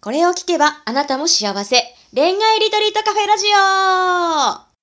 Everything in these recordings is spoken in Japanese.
これを聞けばあなたも幸せ。恋愛リトリートカフェラジオ。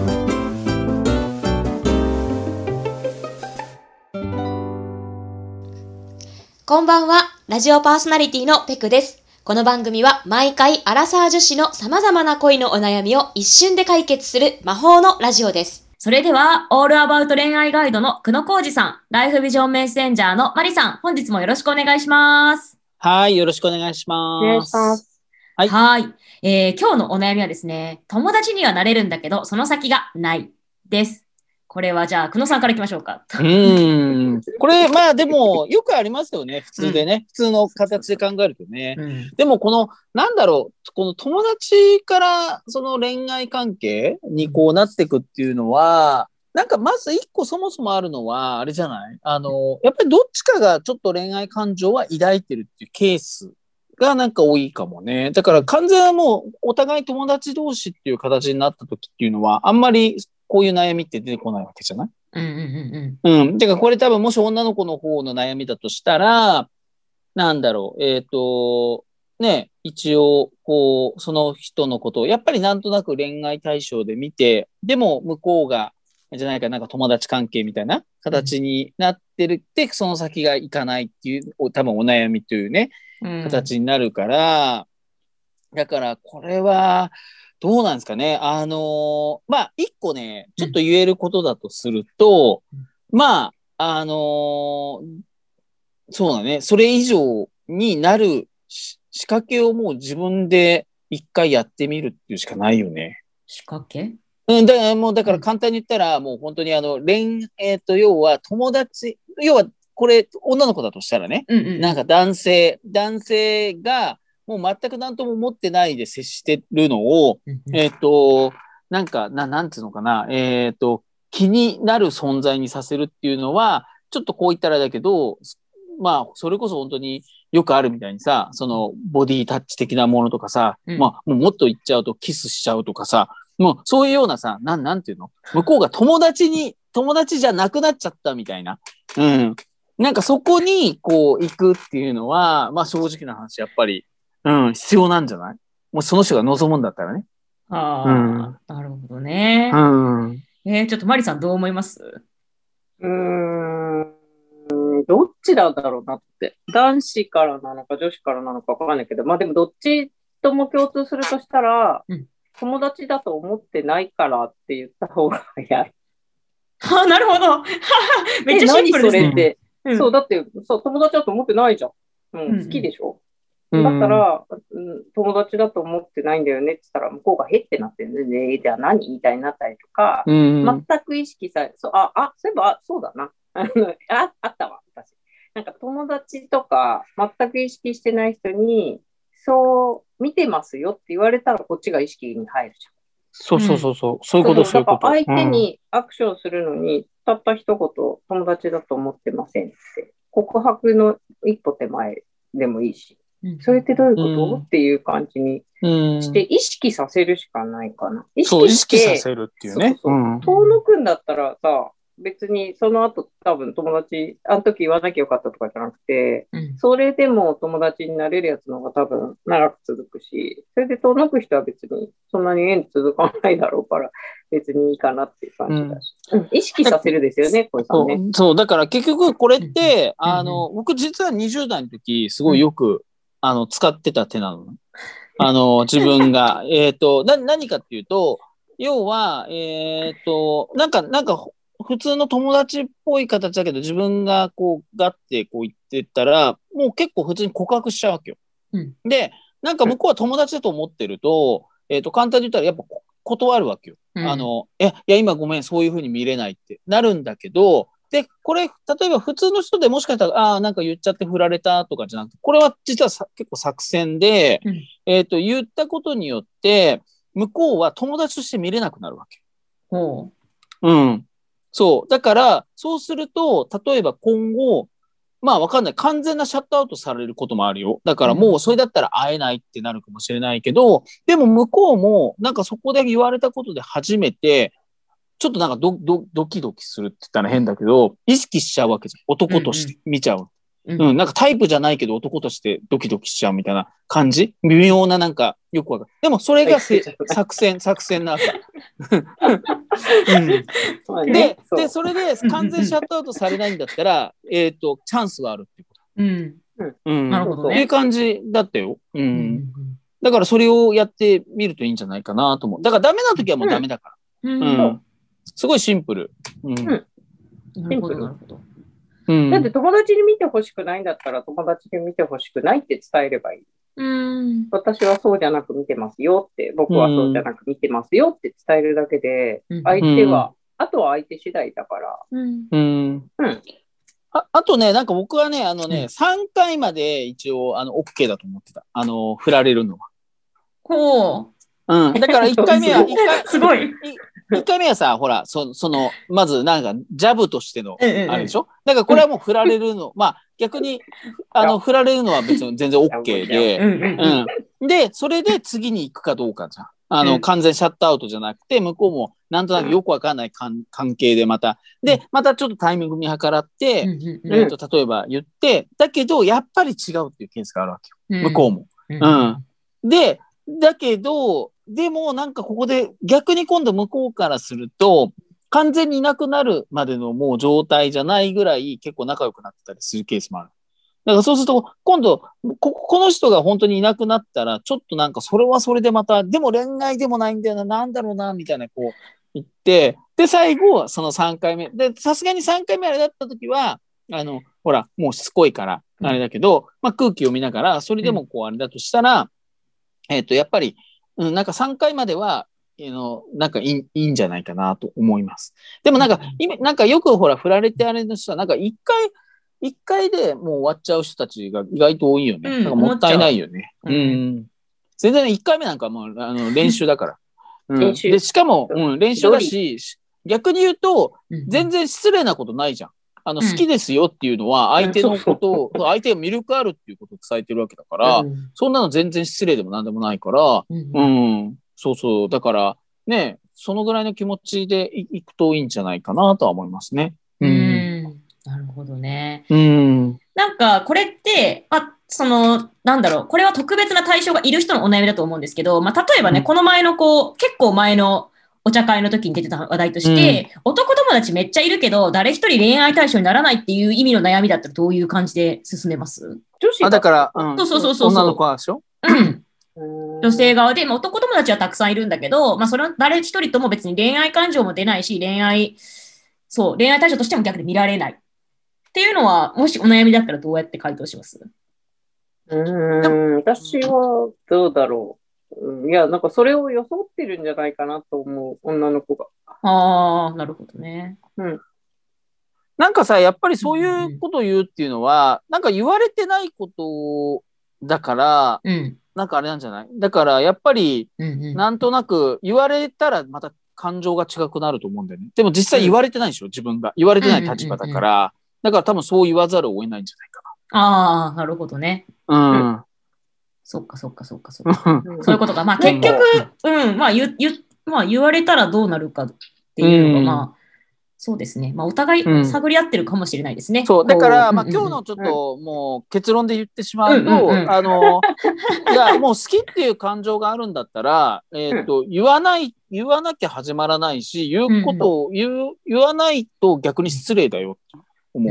こんばんは。ラジオパーソナリティのペクです。この番組は毎回アラサー女子の様々な恋のお悩みを一瞬で解決する魔法のラジオです。 それでは、オールアバウト恋愛ガイドの久野浩二さん、ライフビジョンメッセンジャーのマリさん、本日もよろしくお願いします。 はい、よろしくお願いします。 お願いします。 はい。 今日のお悩みはですね、友達にはなれるんだけど、その先がないです。これはじゃあ、久野さんからいきましょうか。 これ、まあでも、よくありますよね、普通でね。普通の形で考えるとね。でも、この友達からその恋愛関係にこうなっていくっていうのは、なんかまず一個そもそもあるのは、あれじゃない？やっぱりどっちかがちょっと恋愛感情は抱いてるっていうケースがなんか多いかもね。だから完全はもうお互い友達同士っていう形になった時っていうのは、あんまりこういう悩みって出てこないわけじゃない？だからこれ多分もし女の子の方の悩みだとしたら、なんだろう、一応、こう、その人のことを、やっぱりなんとなく恋愛対象で見て、でも向こうが、じゃないか、なんか友達関係みたいな形になってるって、その先がいかないっていう、多分お悩みというね、形になるから、だからこれは、どうなんですかね。一個ね、ちょっと言えることだとすると、そうだね、それ以上になる仕掛けをもう自分で一回やってみるっていうしかないよね。 仕掛け？ だから簡単に言ったら、もう本当に要は友達、要はこれ女の子だとしたらね、なんか男性がもう全く何とも思ってないで接してるのを、なんつうのかな、気になる存在にさせるっていうのは、ちょっとこう言ったらだけど、まあ、それこそ本当によくあるみたいにさ、そのボディタッチ的なものとかさ、もっと言っちゃうとキスしちゃうとかさ、もうそういうようなさ、なんていうの？向こうが友達じゃなくなっちゃったみたいな。なんかそこにこう行くっていうのは、まあ正直な話、やっぱり、必要なんじゃない？もしその人が望むんだったらね。 なるほどね。ちょっとマリさんどう思います？ どっちなんだろうなって。男子からなのか女子からなのかわかんないけど、まあでもどっちとも共通するとしたら、友達だと思ってないからって言った方が早い。 なるほど。めっちゃシンプルですね。 何それって。そう、だって、友達だと思ってないじゃん。好きでしょ？だったら、友達だと思ってないんだよねって言ったら、向こうがへってなってるね。じゃあ何みたいになったりとか、全く意識され、そういえば、そうだな。あったわ、私。なんか友達とか、全く意識してない人に、そう見てますよって言われたら、こっちが意識に入るじゃん。 そういうこと。 だから相手にアクションするのに、たった一言、友達だと思ってませんって。告白の一歩手前でもいいし。それってどういうことっていう感じにして、意識させるしかないかな。 意識させるっていうね。 遠野くんだったらさ、別にその後多分友達、あの時言わなきゃよかったとかじゃなくて、それでも友達になれるやつの方が多分長く続くし、それで遠のく人は別にそんなに縁続かないだろうから、別にいいかなっていう感じだし。意識させるですよね、これさんね。 そう、だから結局これって、僕実は20代の時、すごいよく、使ってた手なの。自分が。何かっていうと、要は、なんか、普通の友達っぽい形だけど、自分がこう、ガッてこう言ってったら、もう結構普通に告白しちゃうわけよ。で、なんか向こうは友達だと思ってると、簡単に言ったらやっぱ断るわけよ。いや、今ごめん、そういう風に見れないってなるんだけど、で、これ、例えば普通の人でもしかしたら、なんか言っちゃって振られたとかじゃなくて、これは実は結構作戦で、言ったことによって、向こうは友達として見れなくなるわけ。そう。だから、そうすると、例えば今後、まあわかんない。完全なシャットアウトされることもあるよ。だからもうそれだったら会えないってなるかもしれないけど、でも向こうも、なんかそこで言われたことで初めて、ちょっとなんかドキドキするって言ったら変だけど、意識しちゃうわけじゃん。男として見ちゃう。 なんかタイプじゃないけど男としてドキドキしちゃうみたいな感じ、微妙ななんかよくわかる。でもそれが作戦なわけ。で、それで完全シャットアウトされないんだったら、チャンスはあるっていうこと。 なるほどね。 っていう感じだったよ。だからそれをやってみるといいんじゃないかなと思う。だからダメな時はもうダメだから。すごいシンプル。 シンプル。なるほど。 だって友達に見てほしくないんだったら友達に見てほしくないって伝えればいい。私はそうじゃなく見てますよって、僕はそうじゃなく見てますよって伝えるだけで、相手は、あとは相手次第だから。 あとね、なんか僕はね、3回まで一応、OK だと思ってた。振られるのは。だから1回目は、 すごい。 1回目はさ、ほら、まずなんか、ジャブとしての、あれでしょ？だからこれはもう振られるの、まあ逆に、振られるのは別に全然 OK で、で、それで次に行くかどうかじゃん。完全シャットアウトじゃなくて、向こうもなんとなくよくわかんない関係でまた、で、またちょっとタイミング見計らって、例えば言って、だけど、やっぱり違うっていうケースがあるわけよ。向こうも。で、だけど、でもなんかここで逆に今度向こうからすると、完全にいなくなるまでのもう状態じゃないぐらい結構仲良くなってたりするケースもある。だからそうすると、今度、この人が本当にいなくなったら、ちょっとなんかそれはそれでまた、でも恋愛でもないんだよな、なんだろうな、みたいなこう言って、で、最後、その3回目。で、さすがに3回目あれだった時は、ほら、もうしつこいから、あれだけど、まあ空気を見ながら、それでもこうあれだとしたら、やっぱり、なんか3回までは、なんかいいんじゃないかなと思います。でもなんか、なんかよくほら、振られてあれの人は、なんか1回でもう終わっちゃう人たちが意外と多いよね。なんかもったいないよね。全然1回目なんかもう練習だから。で、しかも、練習だし、逆に言うと、全然失礼なことないじゃん。好きですよっていうのは、相手のことを、相手が魅力あるっていうことを伝えてるわけだから、そんなの全然失礼でもなんでもないから、そうそう。だから、ね、そのぐらいの気持ちでいくといいんじゃないかなとは思いますね。 なるほどね。なんか、これって、なんだろう、これは特別な対象がいる人のお悩みだと思うんですけど、まあ、例えばね、この前の結構前のお茶会の時に出てた話題として、男友達めっちゃいるけど、誰一人恋愛対象にならないっていう意味の悩みだったらどういう感じで進めます？ 女子だから、 そう。 女の子はでしょ？ 女性側で、まあ、男友達はたくさんいるんだけど、まあ、それは誰一人とも別に恋愛感情も出ないし、恋愛対象としても逆に見られない。っていうのは、もしお悩みだったらどうやって回答します？ 私はどうだろう。いや、なんかそれを装ってるんじゃないかなと思う、女の子が。 なるほどね。 なんかさ、やっぱりそういうことを言うっていうのは、なんか言われてないことだから、なんかあれなんじゃない？だからやっぱり、なんとなく言われたらまた感情が違くなると思うんだよね。でも実際言われてないでしょ、自分が。言われてない立場だから。だから多分そう言わざるを得ないんじゃないかな。なるほどね。そっか。そういうことか。まあ結局、まあ言われたらどうなるかっていうのが、まあ、そうですね。まあお互い探り合ってるかもしれないですね。 そう。だから、まあ今日のちょっともう結論で言ってしまうと、いや、もう好きっていう感情があるんだったら、言わなきゃ始まらないし、言うことを言わないと逆に失礼だよって思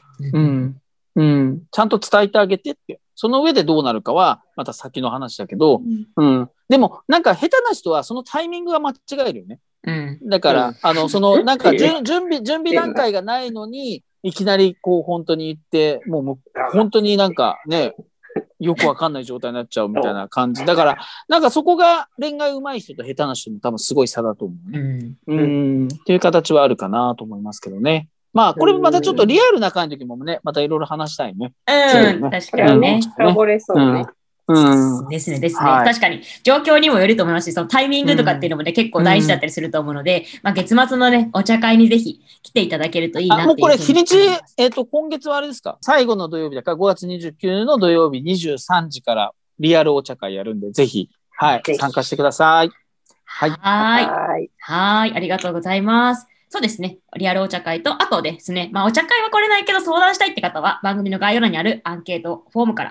う。ちゃんと伝えてあげてって。その上でどうなるかは、また先の話だけど、でも、なんか下手な人はそのタイミングが間違えるよね。だから、なんか準備段階がないのに、いきなりこう本当に言って、もう本当になんかね、よくわかんない状態になっちゃうみたいな感じ。だから、なんかそこが恋愛上手い人と下手な人も多分すごい差だと思うね。っていう形はあるかなと思いますけどね。まあ、これもまたちょっとリアルな感じの時もね、またいろいろ話したいね。 確かにね。 深掘れそうね。 ですね。確かに、状況にもよると思いますし、そのタイミングとかっていうのもね、結構大事だったりすると思うので、まあ、月末のね、お茶会にぜひ来ていただけるといいなっていう。 もうこれ、日にち、今月はあれですか？最後の土曜日だから5月29日の土曜日23時からリアルお茶会やるんで、ぜひ、参加してください。 はい。ありがとうございます。 そうですね。リアルお茶会と、あとですね、お茶会は来れないけど相談したいって方は、番組の概要欄にあるアンケートフォームから、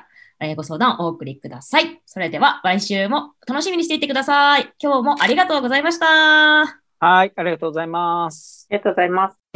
ご相談をお送りください。それでは、来週も楽しみにしていてください。今日もありがとうございました。 はい、ありがとうございます。 ありがとうございます。